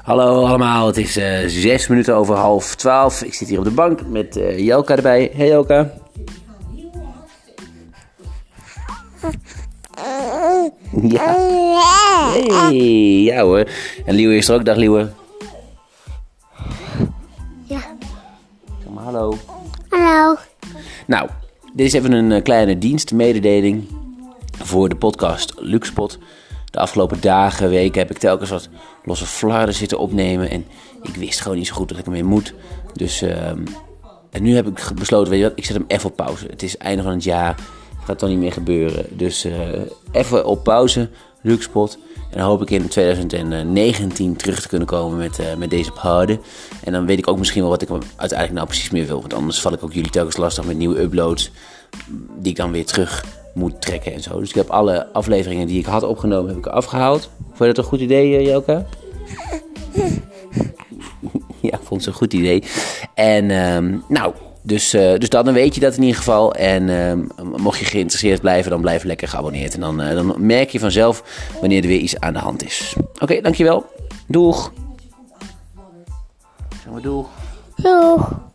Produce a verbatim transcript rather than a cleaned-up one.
Hallo allemaal, het is uh, zes minuten over half twaalf. Ik zit hier op de bank met uh, Jelka erbij. Hey Jelka. Ja. Hey, ja hoor. En Liewe is er ook. Dag Liewe. Ja. Zeg maar hallo. Hallo. Nou, dit is even een uh, kleine dienstmededeling voor de podcast Luxpot. De afgelopen dagen, weken heb ik telkens wat losse flarden zitten opnemen. En ik wist gewoon niet zo goed dat ik ermee moet. Dus uh, en nu heb ik besloten, weet je wat, ik zet hem even op pauze. Het is einde van het jaar, het gaat toch niet meer gebeuren. Dus uh, even op pauze, Luxpot. En dan hoop ik in twintig negentien terug te kunnen komen met, uh, met deze paden. En dan weet ik ook misschien wel wat ik uiteindelijk nou precies meer wil. Want anders val ik ook jullie telkens lastig met nieuwe uploads die ik dan weer terug moet trekken en zo. Dus ik heb alle afleveringen die ik had opgenomen, heb ik afgehaald. Vond je dat een goed idee, Jelka? Ja, ik vond het een goed idee. En um, nou, dus, uh, dus dan weet je dat in ieder geval. En um, mocht je geïnteresseerd blijven, dan blijf lekker geabonneerd. En dan, uh, dan merk je vanzelf wanneer er weer iets aan de hand is. Oké, okay, dankjewel. Doeg. Zeg maar doeg. Doeg.